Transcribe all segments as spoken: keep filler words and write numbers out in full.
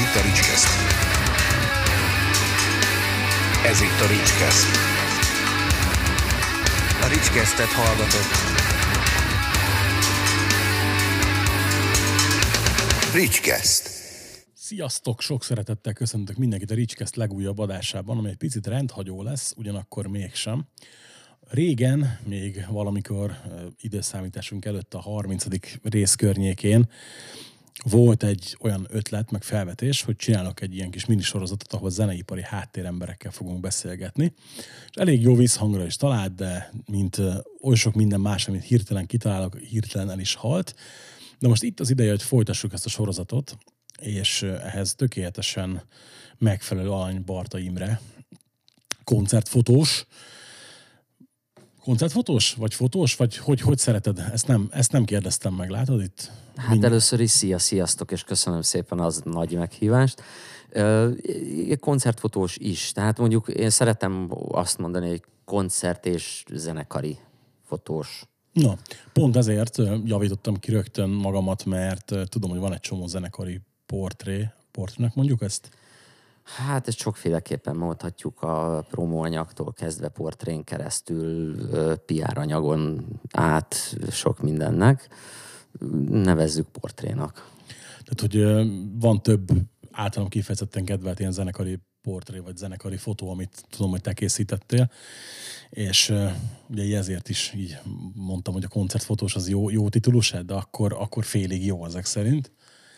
itt a Ricskeszt. Ez itt a Ricskeszt. A Ricskesztet hallgatott. Ricskeszt. Sziasztok! Sok szeretettel köszöntök mindenkit a Ricskeszt legújabb adásában, ami egy picit rendhagyó lesz, ugyanakkor mégsem. Régen, még valamikor időszámításunk előtt a harmincadik rész környékén volt egy olyan ötlet, meg felvetés, hogy csinálok egy ilyen kis minisorozatot, ahol zeneipari háttéremberekkel fogunk beszélgetni. És elég jó visszhangra is talált, de mint oly sok minden más, amit hirtelen kitalálok, hirtelen el is halt. De most itt az ideje, hogy folytassuk ezt a sorozatot, és ehhez tökéletesen megfelelő alany Barta Imre, koncertfotós. Koncertfotós? Vagy fotós? Vagy hogy, hogy szereted? Ezt nem, ezt nem kérdeztem meg, látod itt? Hát Mind... először is szia, sziasztok, és köszönöm szépen az nagy meghívást. Koncertfotós is. Tehát mondjuk én szeretem azt mondani, hogy koncert és zenekari fotós. Na, pont ezért javítottam ki rögtön magamat, mert tudom, hogy van egy csomó zenekari portré. Portrének mondjuk ezt? Hát ezt sokféleképpen mondhatjuk, a promóanyagtól kezdve portrén keresztül, pé er anyagon át sok mindennek. Nevezzük portrénak. Tehát, hogy van több általam kifejezetten kedvelt ilyen zenekari portré, vagy zenekari fotó, amit tudom, hogy te készítettél. És ugye ezért is így mondtam, hogy a koncertfotós az jó, jó titulus, de akkor, akkor félig jó ezek szerint.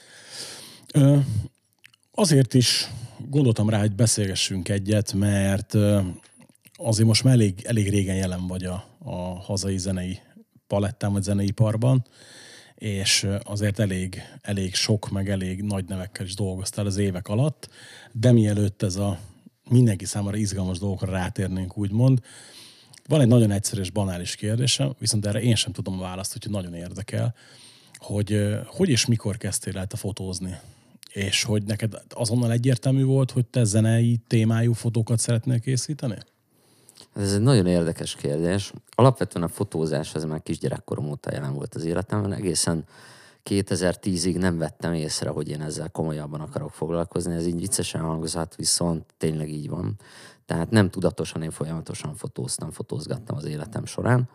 Azért is gondoltam rá, hogy beszélgessünk egyet, mert azért most már elég, elég régen jelen vagy a, a hazai zenei palettán, vagy zeneiparban, és azért elég, elég sok, meg elég nagy nevekkel is dolgoztál az évek alatt, de mielőtt ez a mindenki számára izgalmas dolgokra rátérnénk, úgymond, van egy nagyon egyszerű és banális kérdésem, viszont erre én sem tudom a választ, úgyhogy nagyon érdekel, hogy hogy és mikor kezdtél el te fotózni? És hogy neked azonnal egyértelmű volt, hogy te zenei témájú fotókat szeretnél készíteni? Ez egy nagyon érdekes kérdés. Alapvetően a fotózás az már kisgyerekkorom óta jelen volt az életemben. Egészen kétezer-tízig nem vettem észre, hogy én ezzel komolyabban akarok foglalkozni. Ez így viccesen hangzott, viszont tényleg így van. Tehát nem tudatosan, én folyamatosan fotóztam, fotózgattam az életem során.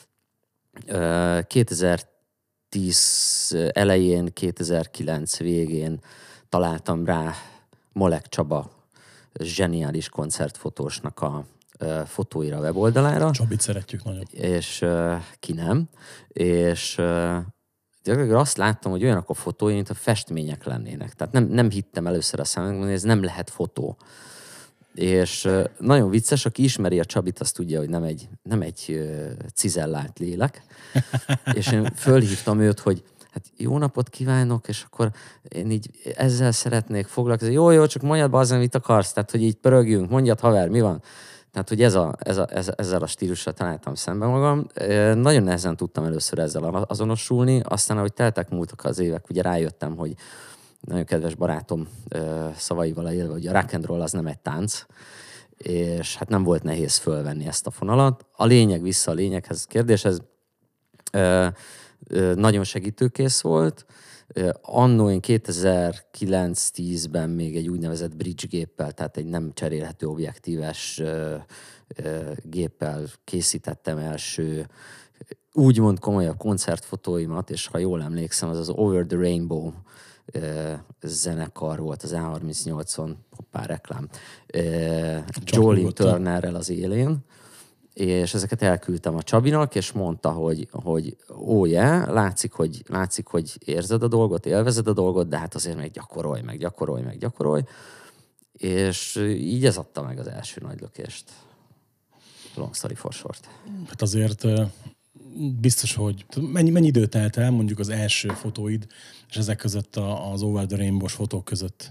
kétezer-tíz elején, kétezer-kilenc végén találtam rá Molek Csaba zseniális koncertfotósnak a fotóira a weboldalára. Csabit szeretjük nagyon. És uh, ki nem. És uh, azt láttam, hogy olyanok a fotói, mint a festmények lennének. Tehát nem, nem hittem először a számomra, hogy ez nem lehet fotó. És uh, nagyon vicces, aki ismeri a Csabit, azt tudja, hogy nem egy, nem egy uh, cizellált lélek. És én fölhívtam őt, hogy hát jó napot kívánok, és akkor én így ezzel szeretnék foglalkozni. Jó, jó, csak mondjad be azon, mit akarsz. Tehát, hogy így pörögjünk, mondjad, haver, mi van? Tehát, hogy ez a, ez a, ez, ezzel a stílussal találtam szembe magam. E, nagyon nehezen tudtam először ezzel azonosulni, aztán, ahogy teltek múltak az évek, ugye rájöttem, hogy nagyon kedves barátom e, szavaival élve, hogy a rock and roll az nem egy tánc, és hát nem volt nehéz fölvenni ezt a fonalat. A lényeg, vissza a lényeghez, kérdéshez, e, e, nagyon segítőkész volt. Annó én kétezer-kilenc-tízben még egy úgynevezett bridge géppel, tehát egy nem cserélhető objektíves géppel készítettem első úgymond komolyabb koncertfotóimat, és ha jól emlékszem, az az Over the Rainbow zenekar volt az á harmincnyolcon, hoppá, reklám, Jolene Turnerrel az élén, és ezeket elküldtem a Csabinak, és mondta, hogy, hogy ó, yeah, látszik, hogy, látszik, hogy érzed a dolgot, élvezed a dolgot, de hát azért meg gyakorolj, meg gyakorolj, meg gyakorolj. És így ez adta meg az első nagy lökést. Long story for short. Hát azért biztos, hogy mennyi, mennyi időt telt el mondjuk az első fotóid, és ezek között az Over the Rainbow-s fotók között?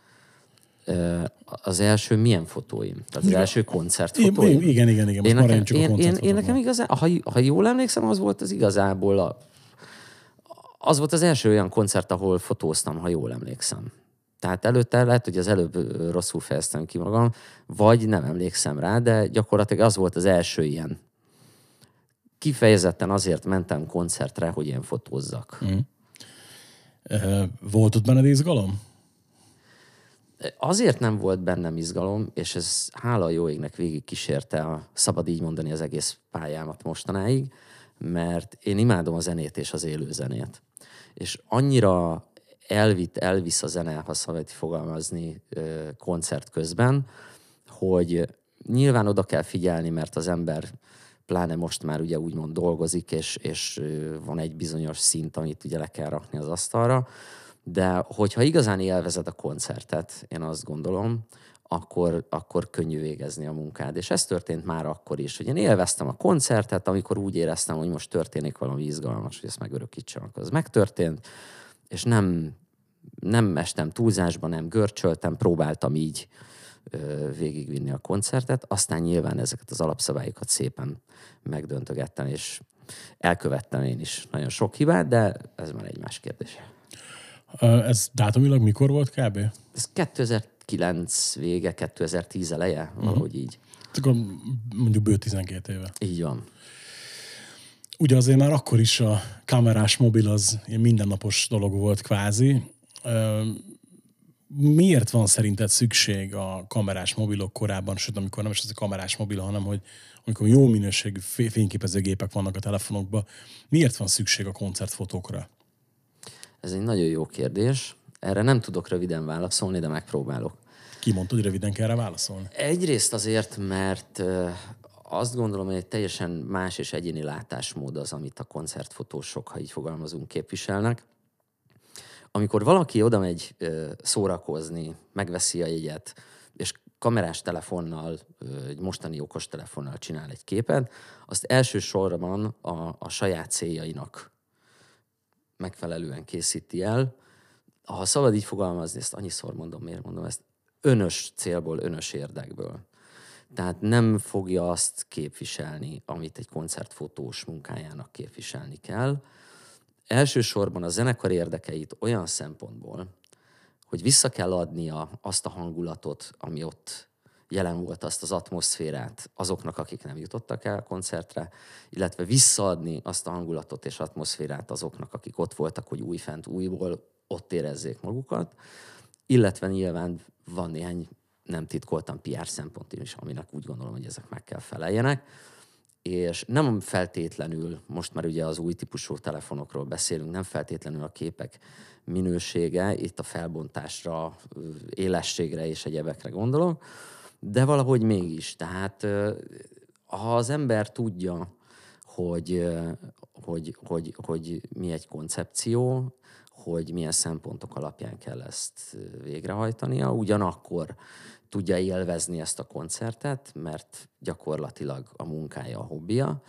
Az első milyen fotóim? Tehát az első koncertfotóim? Igen, igen, igen. Most én nekem, csak én, a én, én nekem igazán, ha, ha jól emlékszem, az volt az igazából a, az volt az első olyan koncert, ahol fotóztam, ha jól emlékszem. Tehát előtte lehet, hogy az előbb rosszul fejeztem ki magam, vagy nem emlékszem rá, de gyakorlatilag az volt az első ilyen. Kifejezetten azért mentem koncertre, hogy én fotózzak. Mm. Volt ott benned izgalom? Azért nem volt bennem izgalom, és ez hála a jó égnek végig kísérte, a, szabad így mondani, az egész pályámat mostanáig, mert én imádom a zenét és az élő zenét. És annyira elvitt, elvisz a zene, ha szabad fogalmazni koncert közben, hogy nyilván oda kell figyelni, mert az ember pláne most már ugye úgymond dolgozik, és, és van egy bizonyos szint, amit ugye le kell rakni az asztalra, de hogyha igazán élvezed a koncertet, én azt gondolom, akkor, akkor könnyű végezni a munkád. És ez történt már akkor is, hogy én élveztem a koncertet, amikor úgy éreztem, hogy most történik valami izgalmas, hogy ezt megörökítsem, akkor az megtörtént, és nem, nem estem túlzásba, nem görcsöltem, próbáltam így ö, végigvinni a koncertet, aztán nyilván ezeket az alapszabályokat szépen megdöntögettem, és elkövettem én is nagyon sok hibát, de ez már egy más kérdés. Ez dátumilag mikor volt kb? Ez kétezer-kilenc vége, kétezer-tíz eleje, valahogy uh-huh. így. Akkor mondjuk bő tizenkét éve. Így van. Ugye azért már akkor is a kamerás mobil az ilyen mindennapos dolog volt kvázi. Miért van szerinted szükség a kamerás mobilok korában, sőt, amikor nem is ez a kamerás mobil, hanem hogy amikor jó minőségű fényképezőgépek vannak a telefonokban, miért van szükség a koncertfotókra? Ez egy nagyon jó kérdés. Erre nem tudok röviden válaszolni, de megpróbálok. Ki mondta, hogy röviden kell rá válaszolni? Egyrészt azért, mert azt gondolom, hogy egy teljesen más és egyéni látásmód az, amit a koncertfotósok, ha így fogalmazunk, képviselnek. Amikor valaki oda megy szórakozni, megveszi a jegyet, és kamerás telefonnal, egy mostani okos telefonnal csinál egy képet, azt elsősorban a, a saját céljainak megfelelően készíti el. Ha szabad így fogalmazni, ezt annyiszor mondom, miért mondom ezt, önös célból, önös érdekből. Tehát nem fogja azt képviselni, amit egy koncertfotós munkájának képviselni kell. Elsősorban a zenekar érdekeit olyan szempontból, hogy vissza kell adnia azt a hangulatot, ami ott jelen volt, azt az atmoszférát azoknak, akik nem jutottak el a koncertre, illetve visszaadni azt a hangulatot és atmoszférát azoknak, akik ott voltak, hogy újfent, újból ott érezzék magukat, illetve nyilván van néhány nem titkoltan pé er szempont is, aminek úgy gondolom, hogy ezek meg kell feleljenek. És nem feltétlenül, most már ugye az új típusú telefonokról beszélünk, nem feltétlenül a képek minősége, itt a felbontásra, élességre és egyebekre gondolok, de valahogy mégis. Tehát ha az ember tudja, hogy, hogy, hogy, hogy mi egy koncepció, hogy milyen szempontok alapján kell ezt végrehajtania, ugyanakkor tudja élvezni ezt a koncertet, mert gyakorlatilag a munkája, a hobbija,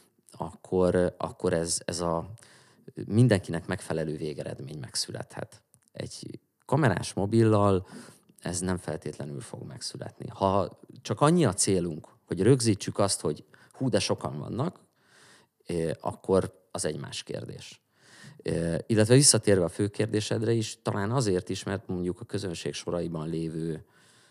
akkor, akkor ez, ez a mindenkinek megfelelő végeredmény megszülethet. Egy kamerás mobillal ez nem feltétlenül fog megszületni. Ha csak annyi a célunk, hogy rögzítsük azt, hogy hú, de sokan vannak, akkor az egy más kérdés. Illetve visszatérve a fő kérdésedre is, talán azért is, mert mondjuk a közönség soraiban lévő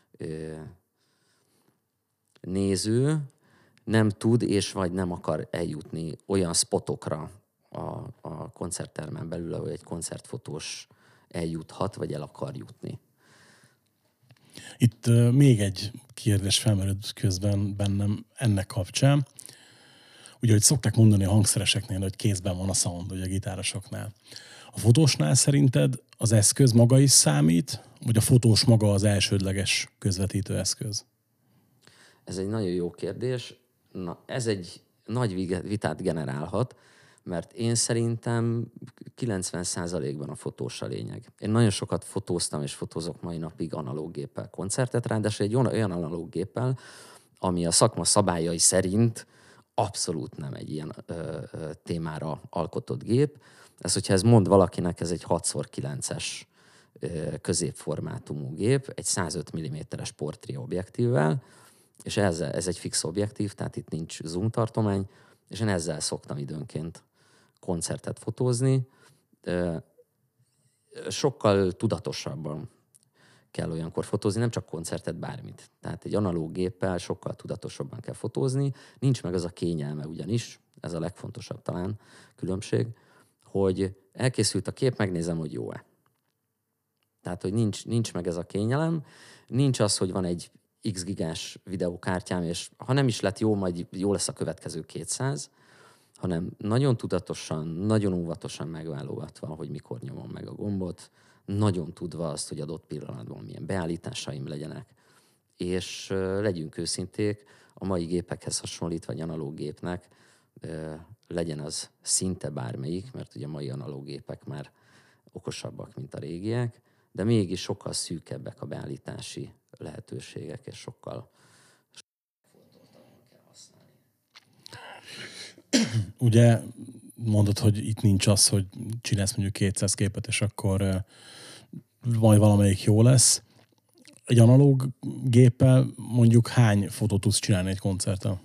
néző nem tud és vagy nem akar eljutni olyan spotokra a, a koncerttermen belül, ahol egy koncertfotós eljuthat, vagy el akar jutni. Itt uh, még egy kérdés felmerült közben bennem ennek kapcsán. Ugye, hogy szokták mondani a hangszereseknél, hogy kézben van a sound, vagy a gitárosoknál. A fotósnál szerinted az eszköz maga is számít, vagy a fotós maga az elsődleges közvetítő eszköz? Ez egy nagyon jó kérdés. Na, ez egy nagy vitát generálhat, mert én szerintem kilencven százalékban a fotós a lényeg. Én nagyon sokat fotóztam, és fotózok mai napig analóg géppel koncertet, ráadásul egy olyan analóg géppel, ami a szakma szabályai szerint abszolút nem egy ilyen ö, ö, témára alkotott gép. Ez, hogyha ez mond valakinek, ez egy hat szor kilences ö, középformátumú gép, egy százöt milliméteres portré objektívvel, és ez, ez egy fix objektív, tehát itt nincs zoom tartomány, és én ezzel szoktam időnként koncertet fotózni. Ö, sokkal tudatosabban kell olyankor fotózni, nem csak koncertet, bármit. Tehát egy analóg géppel sokkal tudatosabban kell fotózni. Nincs meg az a kényelme ugyanis, ez a legfontosabb talán különbség, hogy elkészült a kép, megnézem, hogy jó-e. Tehát, hogy nincs, nincs meg ez a kényelem, nincs az, hogy van egy X gigás videókártyám, és ha nem is lett jó, majd jó lesz a következő kétszáz, hanem nagyon tudatosan, nagyon óvatosan megválogatva, hogy mikor nyomom meg a gombot, nagyon tudva azt, hogy adott pillanatban milyen beállításaim legyenek, és legyünk őszinték, a mai gépekhez hasonlítva egy analóg gépnek legyen az szinte bármelyik, mert ugye a mai analóg gépek már okosabbak, mint a régiek, de mégis sokkal szűkebbek a beállítási lehetőségek, és sokkal kell használni. Ugye mondod, hogy itt nincs az, hogy csinálsz mondjuk kétszáz képet, és akkor uh, majd valamelyik jó lesz. Egy analóg géppel mondjuk hány fotót tudsz csinálni egy koncerten?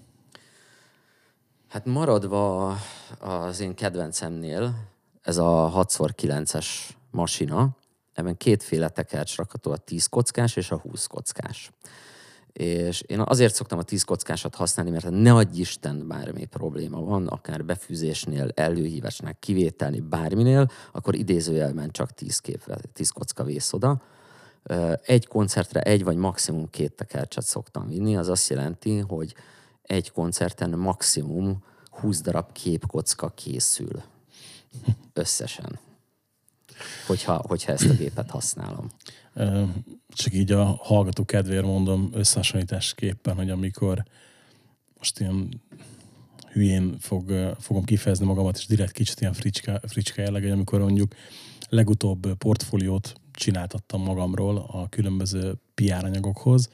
Hát maradva az én kedvencemnél, ez a hat szor kilences masina, ebben kétféle tekercs rakható, a tíz kockás és a húsz kockás. És én azért szoktam a tíz kockásat használni, mert ha ne adj Isten bármi probléma van, akár befűzésnél, előhívásnál, kivételni bárminél, akkor idézőjelben csak tíz, kép, tíz kocka vész oda. Egy koncertre egy vagy maximum két tekercset szoktam vinni, az azt jelenti, hogy egy koncerten maximum húsz darab képkocka készül. Összesen. Hogyha, hogyha ezt a gépet használom. Csak így a hallgató kedvéért mondom összehasonlításképpen, hogy amikor most ilyen hülyén fog, fogom kifejezni magamat, és direkt kicsit ilyen fricska, fricska jelleg, hogy amikor mondjuk legutóbb portfóliót csináltattam magamról a különböző pé er anyagokhoz.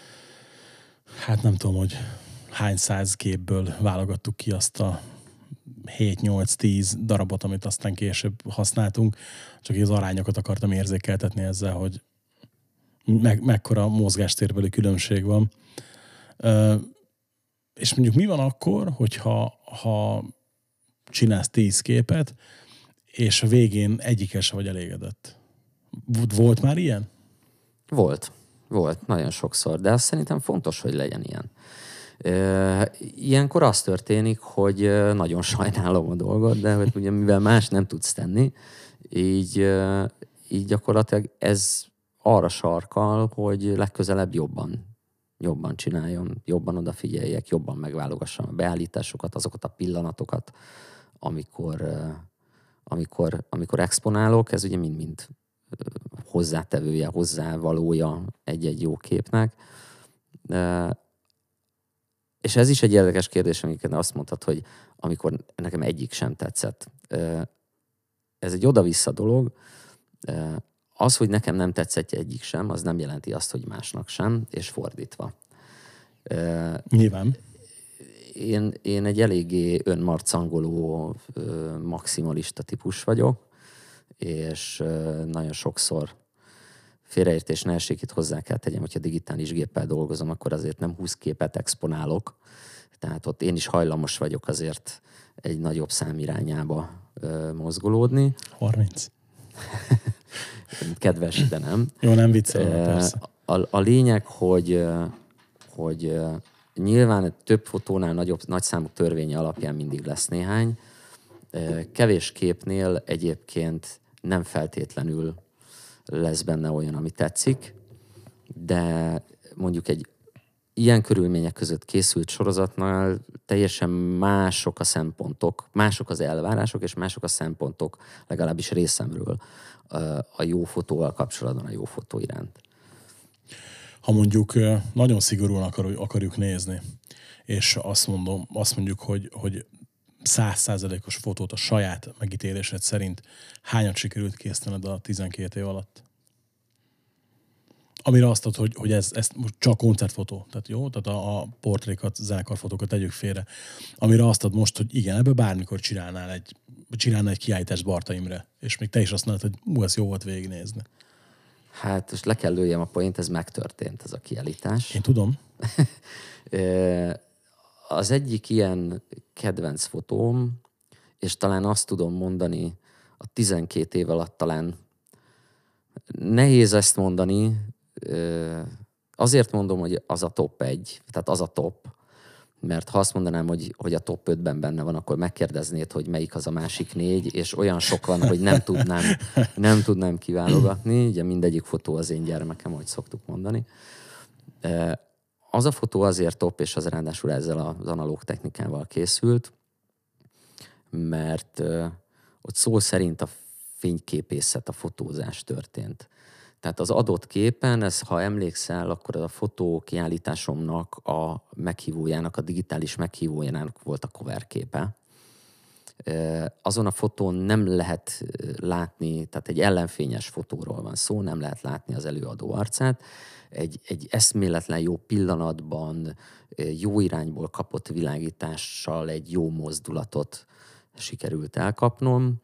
Hát nem tudom, hogy hány száz képből válogattuk ki azt a hét nyolc tíz darabot, amit aztán később használtunk. Csak az arányokat akartam érzékeltetni ezzel, hogy me- mekkora mozgástérbeli különbség van. Ö, és mondjuk mi van akkor, hogyha ha csinálsz tíz képet, és a végén egyikkel se vagy elégedett? Volt már ilyen? Volt. Volt. Nagyon sokszor. De azt szerintem fontos, hogy legyen ilyen. Ilyenkor az történik, hogy nagyon sajnálom a dolgot, de hogy ugye mivel más nem tudsz tenni, így, így gyakorlatilag ez arra sarkal, hogy legközelebb jobban, jobban csináljam, jobban odafigyeljek, jobban megválogassam a beállításokat, azokat a pillanatokat, amikor, amikor, amikor exponálok, ez ugye mind-mind hozzátevője, hozzávalója egy-egy jó képnek. És ez is egy érdekes kérdés, amikor azt mondtad, hogy amikor nekem egyik sem tetszett. Ez egy oda-vissza dolog. Az, hogy nekem nem tetszett egyik sem, az nem jelenti azt, hogy másnak sem, és fordítva. Nyilván. Én, én egy eléggé önmarcangoló, maximalista típus vagyok, és nagyon sokszor félreértés ne essék, itt hozzá kell tegyem, hogyha digitális géppel dolgozom, akkor azért nem húsz képet exponálok. Tehát ott én is hajlamos vagyok azért egy nagyobb szám irányába ö, mozgolódni. harminc. Kedves, de nem. Jó, nem viccelem, persze. A, a lényeg, hogy, hogy nyilván több fotónál nagyobb, nagy számú törvénye alapján mindig lesz néhány. Kevés képnél egyébként nem feltétlenül lesz benne olyan, ami tetszik, de mondjuk egy ilyen körülmények között készült sorozatnál teljesen mások a szempontok, mások az elvárások, és mások a szempontok, legalábbis részemről a jó fotóval kapcsolatban, a jó fotó iránt. Ha mondjuk nagyon szigorúan akarjuk nézni, és azt mondom, azt mondjuk, hogy, hogy száz százalékos fotót a saját megítélésed szerint hányat sikerült készítened a tizenkét év alatt? Amire azt adod, hogy, hogy ez, ez csak koncertfotó, tehát jó? Tehát a, a portrékat, zenekarfotókat tegyük félre. Amire azt adod most, hogy igen, ebből bármikor csinálnál egy, csinálnál egy kiállítást Barta Imre, és még te is azt mondod, hogy ú, ez jó volt végignézni. Hát most le kell lőjem a point, ez megtörtént, ez a kiállítás. Én tudom. Az egyik ilyen kedvenc fotóm, és talán azt tudom mondani, a tizenkét év alatt talán nehéz ezt mondani, azért mondom, hogy az a top egy, tehát az a top, Mert ha azt mondanám, hogy, hogy a top ötben benne van, akkor megkérdeznéd, hogy melyik az a másik négy, és olyan sok van, hogy nem tudnám, nem tudnám kiválogatni. Ugye mindegyik fotó az én gyermekem, ahogy szoktuk mondani. Az a fotó azért top, és az ráadásul ezzel az analóg technikával készült, mert ott szó szerint a fényképészet, a fotózás történt. Tehát az adott képen, ez, ha emlékszel, akkor a fotó kiállításomnak a meghívójának, a digitális meghívójának volt a cover képe. Azon a fotón nem lehet látni, tehát egy ellenfényes fotóról van szó, nem lehet látni az előadó arcát. Egy, egy eszméletlen jó pillanatban, jó irányból kapott világítással egy jó mozdulatot sikerült elkapnom.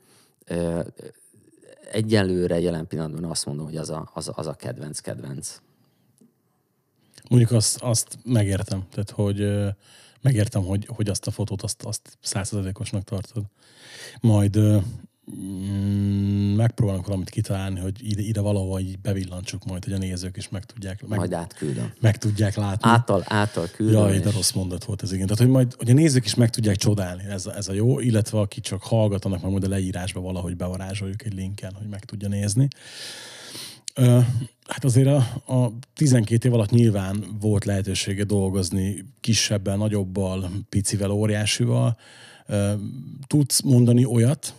Egyelőre jelen pillanatban azt mondom, hogy az a, az, az a kedvenc-kedvenc. Mondjuk azt, azt megértem, tehát hogy megértem, hogy, hogy azt a fotót azt, azt százszerzalékosnak tartod. Majd mm, megpróbálunk valamit kitalálni, hogy ide, ide valahol így bevillantsuk majd, hogy a nézők is meg tudják, meg, majd átküldöm. Meg tudják látni. Által, által küldöm. Jaj, de rossz mondat volt ez, igen. Tehát, hogy majd hogy a nézők is meg tudják csodálni, ez a, ez a jó, illetve aki csak hallgatnak, meg majd a leírásba valahogy bevarázsoljuk egy linken, hogy meg tudja nézni. Ö, hát azért a, a tizenkét év alatt nyilván volt lehetősége dolgozni kisebbel, nagyobbal, picivel, óriásival. Ö, tudsz mondani olyat,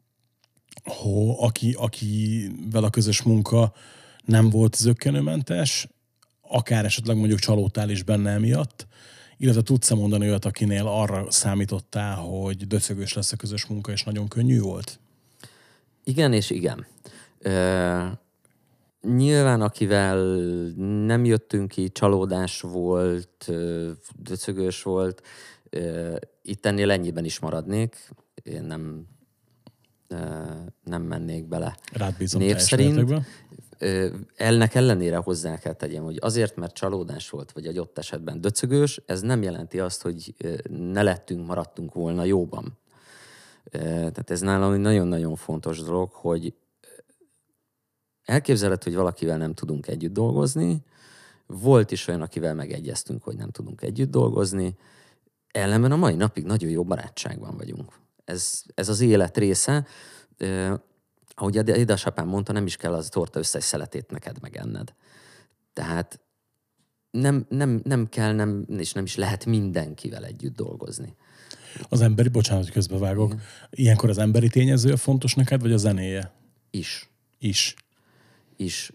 hogy aki, akivel a közös munka nem volt zökkenőmentes, akár esetleg mondjuk csalódtál is benne emiatt, illetve tudsz mondani olyat, akinél arra számítottál, hogy döcögös lesz a közös munka, és nagyon könnyű volt? Igen és igen. Ö, nyilván akivel nem jöttünk ki, csalódás volt, döcögös volt, ö, itt ennél ennyiben is maradnék. Én nem, ö, nem mennék bele. Rád bízom név teljes szerint. mértékben. Ennek ellenére hozzá kell tegyem, hogy azért, mert csalódás volt, vagy egy ott esetben döcögős, ez nem jelenti azt, hogy ne lettünk, maradtunk volna jóban. Tehát ez nálam egy nagyon-nagyon fontos dolog, hogy elképzelhet, hogy valakivel nem tudunk együtt dolgozni, volt is olyan, akivel megegyeztünk, hogy nem tudunk együtt dolgozni, ellenben a mai napig nagyon jó barátságban vagyunk. Ez, ez az élet része. Ahogy a édesapám mondta, nem is kell az torta összes szeletét neked megenned. Tehát nem, nem, nem kell, nem, és nem is lehet mindenkivel együtt dolgozni. Az emberi, bocsánat, hogy közbevágok, igen. Ilyenkor az emberi tényező fontos neked, vagy a zenéje? Is. Is. Is.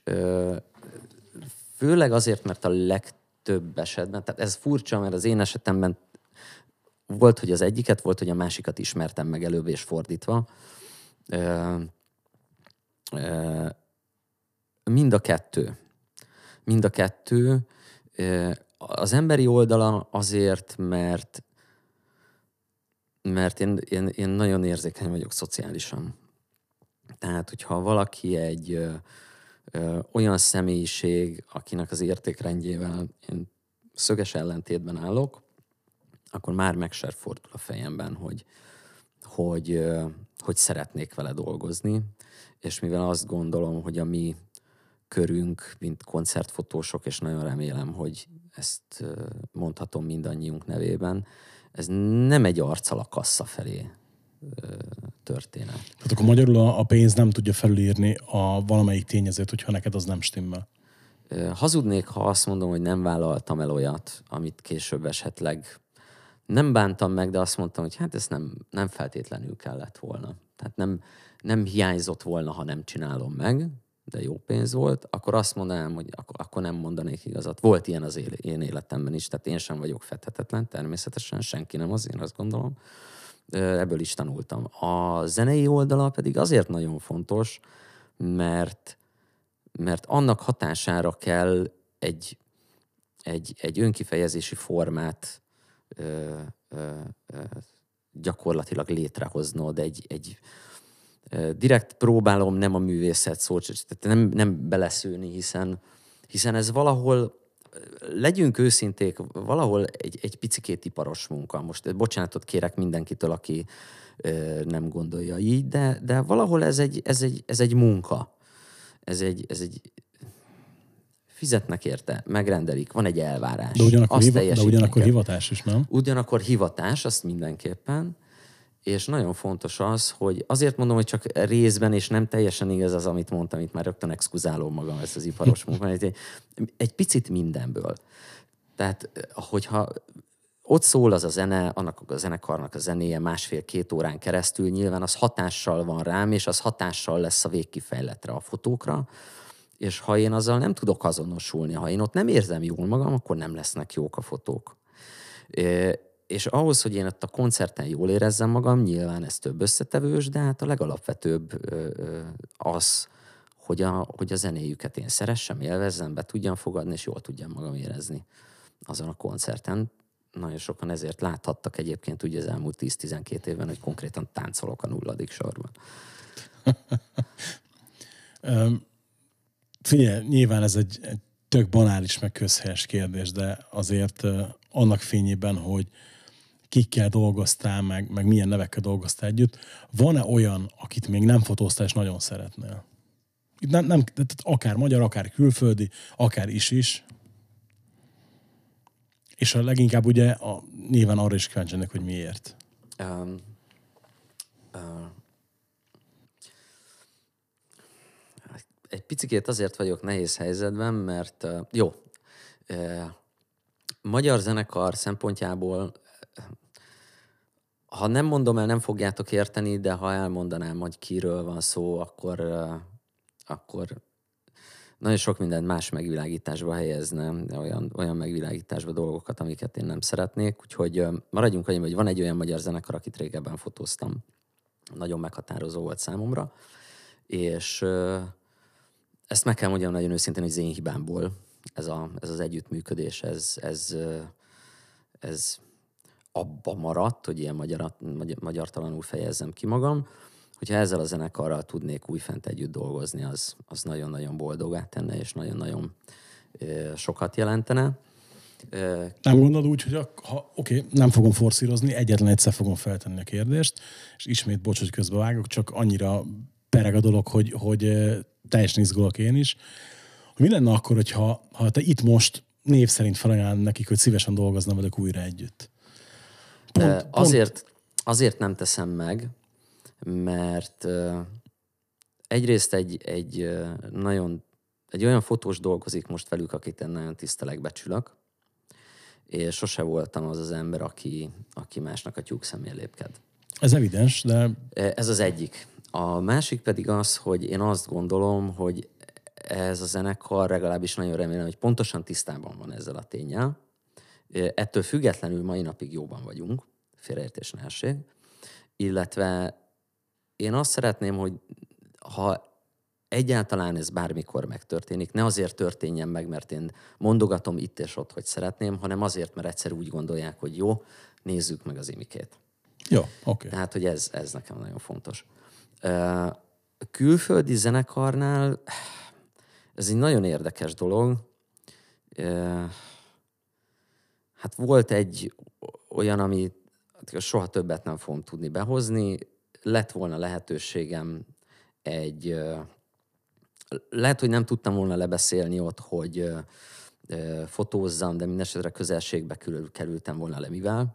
Főleg azért, mert a legtöbb esetben, tehát ez furcsa, mert az én esetemben volt, hogy az egyiket, volt, hogy a másikat ismertem meg előbb, és fordítva. Mind a kettő. Mind a kettő. Az emberi oldala azért, mert mert én, én, én nagyon érzékeny vagyok szociálisan. Tehát, hogyha valaki egy ö, ö, olyan személyiség, akinek az értékrendjével én szöges ellentétben állok, akkor már meg se fordul a fejemben, hogy, hogy, ö, hogy szeretnék vele dolgozni, és mivel azt gondolom, hogy a mi körünk, mint koncertfotósok, és nagyon remélem, hogy ezt mondhatom mindannyiunk nevében, ez nem egy arccal a kassa felé történet. Tehát akkor magyarul a pénz nem tudja felülírni a valamelyik tényezőt, hogyha neked az nem stimmel. Hazudnék, ha azt mondom, hogy nem vállaltam el olyat, amit később esetleg nem bántam meg, de azt mondtam, hogy hát ez nem, nem feltétlenül kellett volna. Tehát nem, nem hiányzott volna, ha nem csinálom meg, de jó pénz volt, akkor azt mondanám, hogy akkor, akkor nem mondanék igazat. Volt ilyen az én életemben is, tehát én sem vagyok fethetetlen, természetesen senki nem az, én azt gondolom. Ebből is tanultam. A zenei oldala pedig azért nagyon fontos, mert, mert annak hatására kell egy, egy, egy önkifejezési formát ö, ö, ö, gyakorlatilag létrehoznod, egy, egy direkt próbálom nem a művészet szót, tehát nem, nem beleszülni, hiszen, hiszen ez valahol, legyünk őszinték, valahol egy, egy picikét iparos munka. Most bocsánatot kérek mindenkitől, aki ö, nem gondolja így, de, de valahol ez egy, ez, egy, ez egy munka. Ez egy, ez egy fizetnek érte, megrendelik, van egy elvárás. De ugyanakkor, azt hiva, de ugyanakkor kell. hivatás is, nem? Ugyanakkor hivatás, azt mindenképpen. És nagyon fontos az, hogy azért mondom, hogy csak részben, és nem teljesen igaz az, amit mondtam, itt már rögtön exkuzálom magam ezt az iparos munkát, egy, egy picit mindenből. Tehát, hogyha ott szól az a zene, annak a zenekarnak a zenéje másfél-két órán keresztül, nyilván az hatással van rám, és az hatással lesz a végkifejletre, a fotókra, és ha én azzal nem tudok azonosulni, ha én ott nem érzem jól magam, akkor nem lesznek jók a fotók. És ahhoz, hogy én ott a koncerten jól érezzem magam, nyilván ez több összetevős, de hát a legalapvetőbb az, hogy a, hogy a zenéjüket én szeressem, élvezzem, be tudjam fogadni, és jól tudjam magam érezni azon a koncerten. Nagyon sokan ezért láthattak egyébként ugye az elmúlt tíz-tizenkét évben, hogy konkrétan táncolok a nulladik sorban. Figyelj, nyilván ez egy, egy tök banális, meg közhelyes kérdés, de azért annak fényében, hogy kikkel dolgoztál, meg, meg milyen nevekkel dolgoztál együtt, van-e olyan, akit még nem fotóztál, és nagyon szeretnél? Itt nem, nem, akár magyar, akár külföldi, akár is-is. És a leginkább ugye a, nyilván arra is kíváncsi ennek, hogy miért. Um, uh, egy picikét azért vagyok nehéz helyzetben, mert uh, jó, uh, magyar zenekar szempontjából, ha nem mondom el, nem fogjátok érteni, de ha elmondanám, hogy kiről van szó, akkor, uh, akkor nagyon sok mindent más megvilágításba helyezne, olyan, olyan megvilágításba dolgokat, amiket én nem szeretnék. Úgyhogy uh, maradjunk annyiban, hogy van egy olyan magyar zenekar, akit régebben fotóztam. Nagyon meghatározó volt számomra. És uh, ezt meg kell mondjam nagyon őszintén, hogy az én hibámból ez, a, ez az együttműködés, ez, ez, uh, ez abba maradt, hogy ilyen magyar, magyar, magyartalanul fejezzem ki magam. Hogyha ezzel a zenekarral tudnék újfent együtt dolgozni, az, az nagyon-nagyon boldogá tenne, és nagyon-nagyon ö, sokat jelentene. Ö, nem gondolod úgy, hogy a, ha, oké, okay, nem fogom forszírozni, egyetlen egyszer fogom feltenni a kérdést, és ismét bocs, hogy közbevágok, csak annyira pereg a dolog, hogy, hogy teljesen izgulok én is. Mi lenne akkor, hogyha ha te itt most név szerint felajánlod nekik, hogy szívesen dolgozna velük újra együtt? Pont, ö, pont... Azért, azért nem teszem meg, mert uh, egyrészt egy, egy, uh, nagyon, egy olyan fotós dolgozik most velük, akit én nagyon tisztelek, becsülök, és sose voltam az az ember, aki, aki másnak a tyúk szemén lépked. Ez evidens, de... Ez az egyik. A másik pedig az, hogy én azt gondolom, hogy ez a zenekar, legalábbis nagyon remélem, hogy pontosan tisztában van ezzel a ténnyel. Ettől függetlenül mai napig jóban vagyunk, félreértés ne essék, illetve én azt szeretném, hogy ha egyáltalán ez bármikor megtörténik, ne azért történjen meg, mert én mondogatom itt és ott, hogy szeretném, hanem azért, mert egyszer úgy gondolják, hogy jó, nézzük meg az Imikét. Jó, oké. Okay. Tehát, hogy ez, ez nekem nagyon fontos. A külföldi zenekarnál ez egy nagyon érdekes dolog. Hát volt egy olyan, ami soha többet nem fogom tudni behozni. Lett volna lehetőségem egy... Lehet, hogy nem tudtam volna lebeszélni ott, hogy fotózzam, de mindesetre közelségbe kerültem volna le, mivel.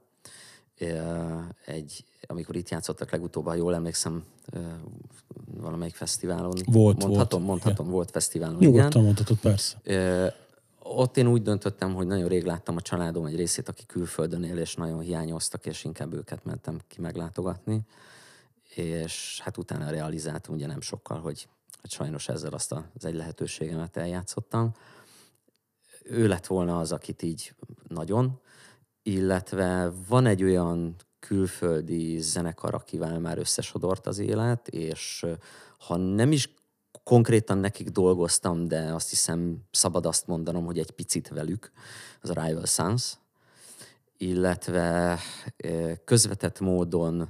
Egy, amikor itt játszottak legutóbb, ha jól emlékszem, valamelyik fesztiválon. Volt, mondhatom, volt. Mondhatom, ja. Volt fesztiválon, nyugodtan igen. mondhatod, persze. Ott én úgy döntöttem, hogy nagyon rég láttam a családom egy részét, aki külföldön él, és nagyon hiányoztak, és inkább őket mentem ki meglátogatni. És hát utána realizáltam ugye nem sokkal, hogy, hogy sajnos ezzel azt az egy lehetőségemet eljátszottam. Ő lett volna az, akit így nagyon, illetve van egy olyan külföldi zenekar, akivel már összesodort az élet, és ha nem is konkrétan nekik dolgoztam, de azt hiszem szabad azt mondanom, hogy egy picit velük, az a Rival Sons, illetve közvetett módon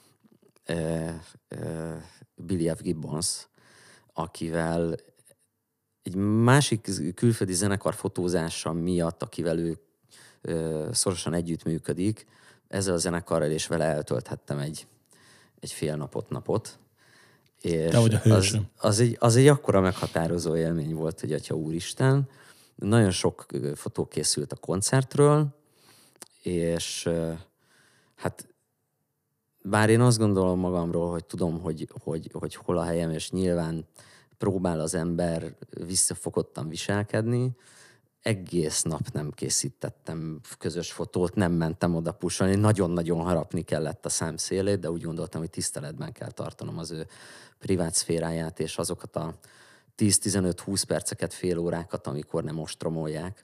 Billy F. Gibbons, akivel egy másik külföldi zenekar fotózása miatt, akivel ő szorosan együttműködik, ezzel a zenekarral és vele eltölthettem egy, egy fél napot, napot. És az, az, egy, az egy akkora meghatározó élmény volt, hogy atya úristen, nagyon sok fotó készült a koncertről, és hát bár én azt gondolom magamról, hogy tudom, hogy, hogy, hogy hol a helyem, és nyilván próbál az ember visszafogottan viselkedni, egész nap nem készítettem közös fotót, nem mentem oda pusolni, nagyon-nagyon harapni kellett a szám szélét, de úgy gondoltam, hogy tiszteletben kell tartanom az ő privát szféráját, és azokat a tíz-tizenöt-húsz perceket, fél órákat, amikor nem ostromolják.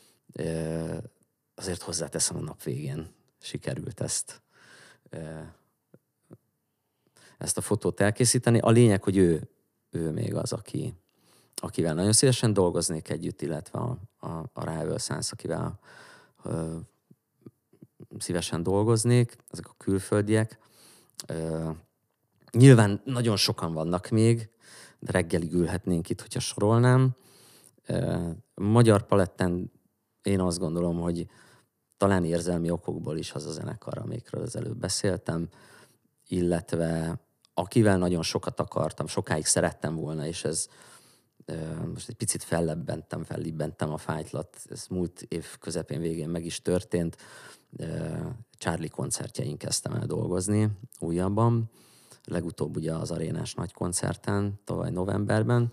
Azért hozzáteszem, a nap végén sikerült ezt, ezt a fotót elkészíteni. A lényeg, hogy ő, ő még az, aki, akivel nagyon szívesen dolgoznék együtt, illetve a, a, a Rival Sons, akivel ö, szívesen dolgoznék, ezek a külföldiek. Ö, nyilván nagyon sokan vannak még, de reggelig ülhetnénk itt, hogyha sorolnám. Ö, magyar paletten én azt gondolom, hogy talán érzelmi okokból is az a zenekar, amikről az előbb beszéltem, illetve akivel nagyon sokat akartam, sokáig szerettem volna, és ez most egy picit fellebbentem, fellibbentem a fájtlat, ez múlt év közepén végén meg is történt. Charlie koncertjein kezdtem el dolgozni újabban, legutóbb ugye az Arénás nagy koncerten, tavaly novemberben.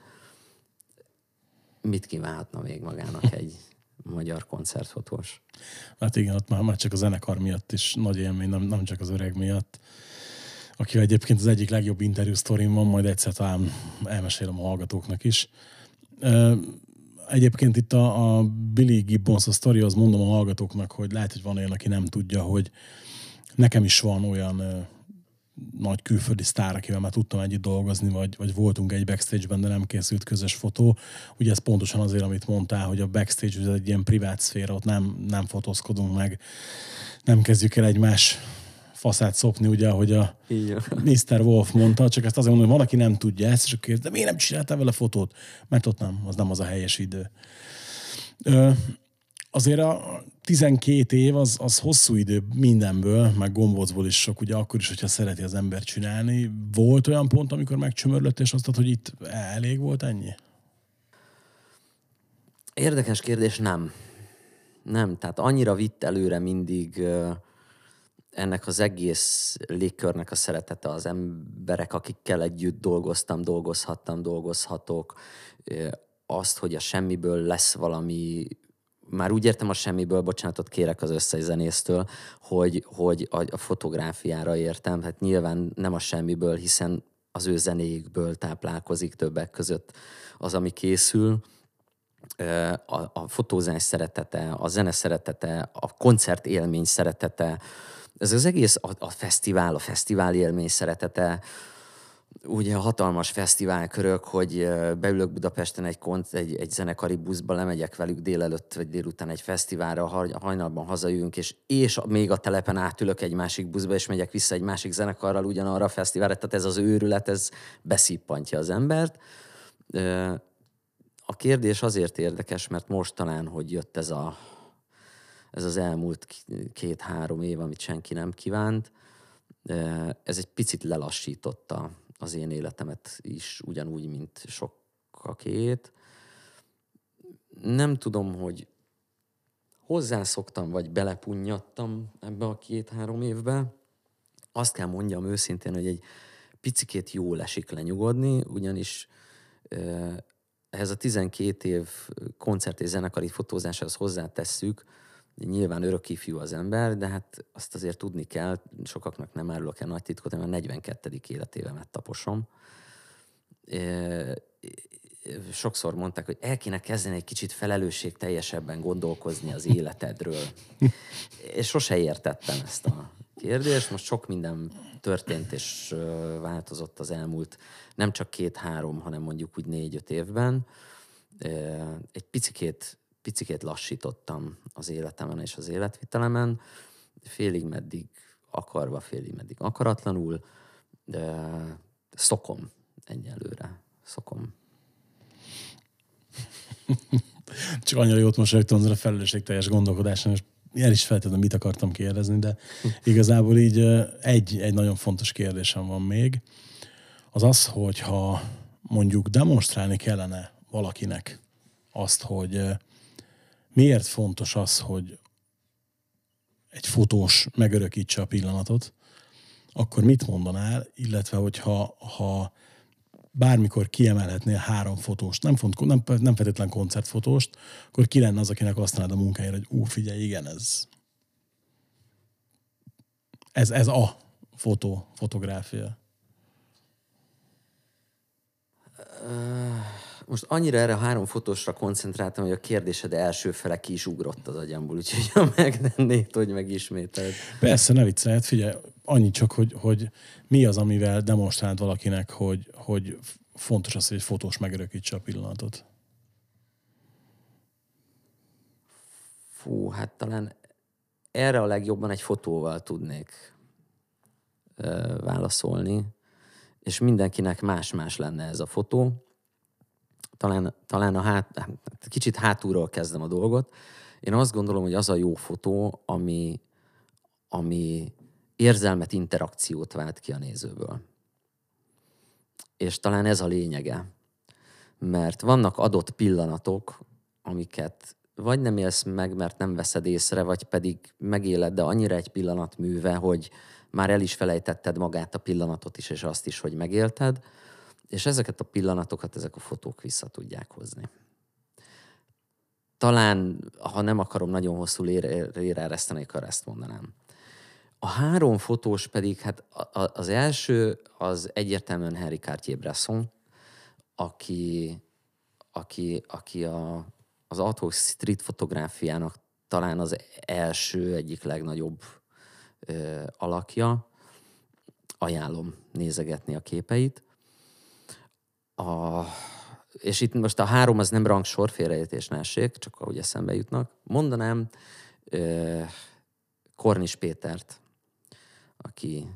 Mit kívánhatna még magának egy magyar koncertfotós? Hát igen, ott már, már csak a zenekar miatt is nagy élmény, nem, nem csak az öreg miatt. Akivel egyébként az egyik legjobb interjú sztorim van, majd egyszer talán elmesélem a hallgatóknak is. Egyébként itt a, a Billy Gibbons a sztori, az mondom a hallgatóknak, hogy lehet, hogy van olyan, aki nem tudja, hogy nekem is van olyan ö, nagy külföldi sztár, akivel már tudtam együtt dolgozni, vagy, vagy voltunk egy backstage-ben, de nem készült közös fotó. Ugye ez pontosan azért, amit mondtál, hogy a backstage ez egy ilyen privát szféra, ott nem, nem fotózkodunk meg, nem kezdjük el egymás faszát szopni, ugye, ahogy a miszter Wolf mondta, csak ezt azért mondom, hogy van, aki nem tudja ezt, és akkor kérdez, de miért nem csináltál vele fotót? Mert ott nem, az nem az a helyes idő. Ö, azért a tizenkét év az, az hosszú idő mindenből, meg gombócból is sok, ugye akkor is, hogyha szereti az ember csinálni. Volt olyan pont, amikor megcsömörlött, és azt mondtad, hogy itt elég volt ennyi? Érdekes kérdés, nem. Nem, tehát annyira vitt előre mindig ennek az egész légkörnek a szeretete, az emberek, akikkel együtt dolgoztam, dolgozhattam, dolgozhatok, azt, hogy a semmiből lesz valami, már úgy értem a semmiből, bocsánatot kérek az összes zenésztől, hogy, hogy a fotográfiára értem, hát nyilván nem a semmiből, hiszen az ő zenéjükből táplálkozik többek között az, ami készül. A, a fotózás szeretete, a zene szeretete, a koncert élmény szeretete, ez az egész, a, a fesztivál, a fesztivál élmény szeretete, ugye a hatalmas fesztiválkörök, hogy beülök Budapesten egy, kont, egy, egy zenekari buszba, lemegyek velük délelőtt vagy délután egy fesztiválra, hajnalban hazajövünk, és, és még a telepen átülök egy másik buszba, és megyek vissza egy másik zenekarral ugyanarra a fesztiválra, tehát ez az őrület, ez beszippantja az embert. A kérdés azért érdekes, mert most talán, hogy jött ez a ez az elmúlt két-három év, amit senki nem kívánt, ez egy picit lelassította az én életemet is, ugyanúgy, mint sokakét. Nem tudom, hogy hozzászoktam, vagy belepunnyadtam ebbe a két-három évbe. Azt kell mondjam őszintén, hogy egy picikét jól esik lenyugodni, ugyanis ehhez a tizenkét év koncert és zenekari fotózásához hozzátesszük, nyilván örök ifjú az ember, de hát azt azért tudni kell, sokaknak nem árulok el nagy titkot, én a negyvenkettedik életévemet taposom. Sokszor mondták, hogy el kéne kezdeni egy kicsit felelősségteljesebben gondolkozni az életedről. És sose értettem ezt a kérdést. Most sok minden történt és változott az elmúlt nem csak két-három, hanem mondjuk úgy négy-öt évben. Egy picikét Picikét lassítottam az életemen és az életvitelemen, félig meddig akarva, félig meddig akaratlanul, de szokom egyelőre, szokom. Csak annyira jót mosolyogtam azon a felelősségteljes gondolkodáson, és el is feltettem, mit akartam kérdezni, de igazából így egy, egy nagyon fontos kérdésem van még. Az az, hogyha mondjuk demonstrálni kellene valakinek azt, hogy miért fontos az, hogy egy fotós megörökítse a pillanatot, akkor mit mondanál, illetve hogyha ha bármikor kiemelhetnél három fotóst, nem, font, nem, nem feltétlen koncertfotóst, akkor ki lenne az, akinek azt mondanád a munkájára, hogy ú, figyelj, igen, ez, ez, ez a fotó, fotográfia. Most annyira erre a három fotósra koncentráltam, hogy a kérdésed első fele ki is ugrott az agyamból, úgyhogy ha megtennéd, hogy megismételd. Persze, ne viccelj, figyelj, annyi csak, hogy, hogy mi az, amivel demonstrált valakinek, hogy, hogy fontos az, hogy egy fotós megörökítse a pillanatot. Fú, hát talán erre a legjobban egy fotóval tudnék ö, válaszolni, és mindenkinek más-más lenne ez a fotó. Talán, talán a hát, kicsit hátulról kezdem a dolgot. Én azt gondolom, hogy az a jó fotó, ami, ami érzelmet, interakciót vált ki a nézőből. És talán ez a lényege. Mert vannak adott pillanatok, amiket vagy nem élsz meg, mert nem veszed észre, vagy pedig megéled, de annyira egy pillanat műve, hogy már el is felejtetted magát a pillanatot is, és azt is, hogy megélted. És ezeket a pillanatokat ezek a fotók vissza tudják hozni. Talán, ha nem akarom nagyon hosszú lérereszteni, akkor ezt mondanám. A három fotós pedig, hát az első az egyértelműen Henri Cartier-Bresson, aki, aki, aki a, az ad-hoc street fotográfiának talán az első, egyik legnagyobb ö, alakja. Ajánlom nézegetni a képeit. A, és itt most a három az nem rangsor, félreértés ne essék, csak ahogy eszembe jutnak. Mondanám ö, Kornis Pétert, aki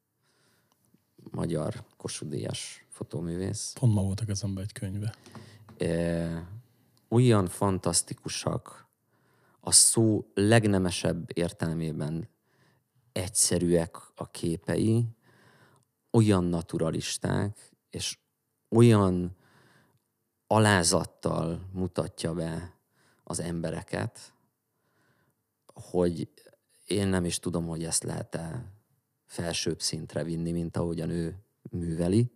magyar Kossuth-díjas fotóművész. Pont ma voltak eszembe egy könyve. Ö, olyan fantasztikusak, a szó legnemesebb értelmében egyszerűek a képei, olyan naturalisták, és olyan alázattal mutatja be az embereket, hogy én nem is tudom, hogy ezt lehet-e felsőbb szintre vinni, mint ahogyan ő műveli.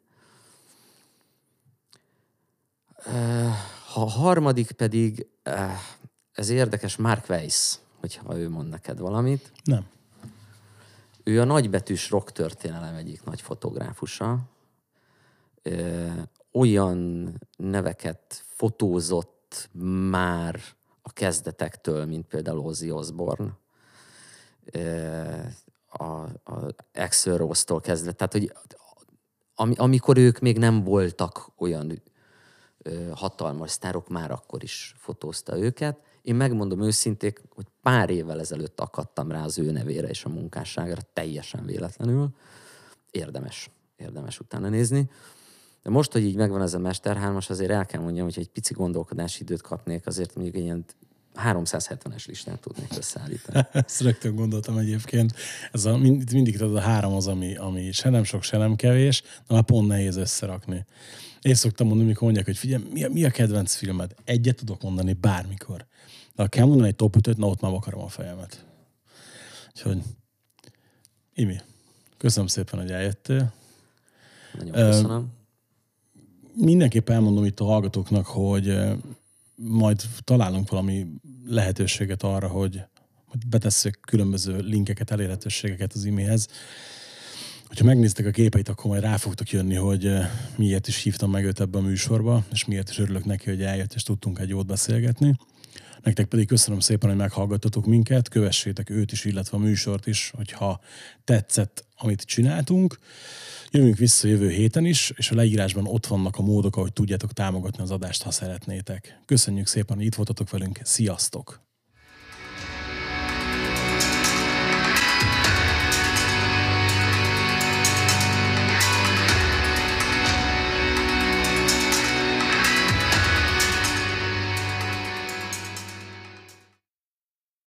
A harmadik pedig, ez érdekes, Mark Weiss, hogyha ő mond neked valamit. Nem. Ő a nagybetűs rock történelem egyik nagy fotográfusa. Ö, olyan neveket fotózott már a kezdetektől, mint például Ozzy Osbourne. Ö, a, a Axl Rose-tól kezdve. Tehát, hogy am, amikor ők még nem voltak olyan ö, hatalmas sztárok, már akkor is fotózta őket. Én megmondom őszintén, hogy pár évvel ezelőtt akadtam rá az ő nevére és a munkásságára, teljesen véletlenül. Érdemes, érdemes utána nézni. De most, hogy így megvan ez a Mester hármas, azért el kell mondjam, hogy egy pici gondolkodási időt kapnék, azért mondjuk egy ilyen háromszázhetvenes listát tudnék összeállítani. Ezt rögtön gondoltam egyébként. Ez a, mind, mindig az a három az, ami, ami se nem sok, se nem kevés, de már pont nehéz összerakni. Én szoktam mondani, mikor mondják, hogy figyelj, mi a, mi a kedvenc filmed? Egyet tudok mondani bármikor. De ha kell mondani egy top ötöt, na ott már akarom a fejemet. Úgyhogy, Imi, köszönöm szépen, hogy eljöttél. Nagyon köszönöm. Uh, mindenképp elmondom itt a hallgatóknak, hogy majd találunk valami lehetőséget arra, hogy betesszük különböző linkeket, elérhetőségeket az Imihez. Hogyha megnéztek a képeit, akkor majd rá fogtok jönni, hogy miért is hívtam meg őt ebbe a műsorba, és miért is örülök neki, hogy eljött, és tudtunk egy jót beszélgetni. Nektek pedig köszönöm szépen, hogy meghallgattatok minket, kövessétek őt is, illetve a műsort is, hogyha tetszett, amit csináltunk. Jövünk vissza jövő héten is, és a leírásban ott vannak a módok, ahogy tudjátok támogatni az adást, ha szeretnétek. Köszönjük szépen, hogy itt voltatok velünk, sziasztok!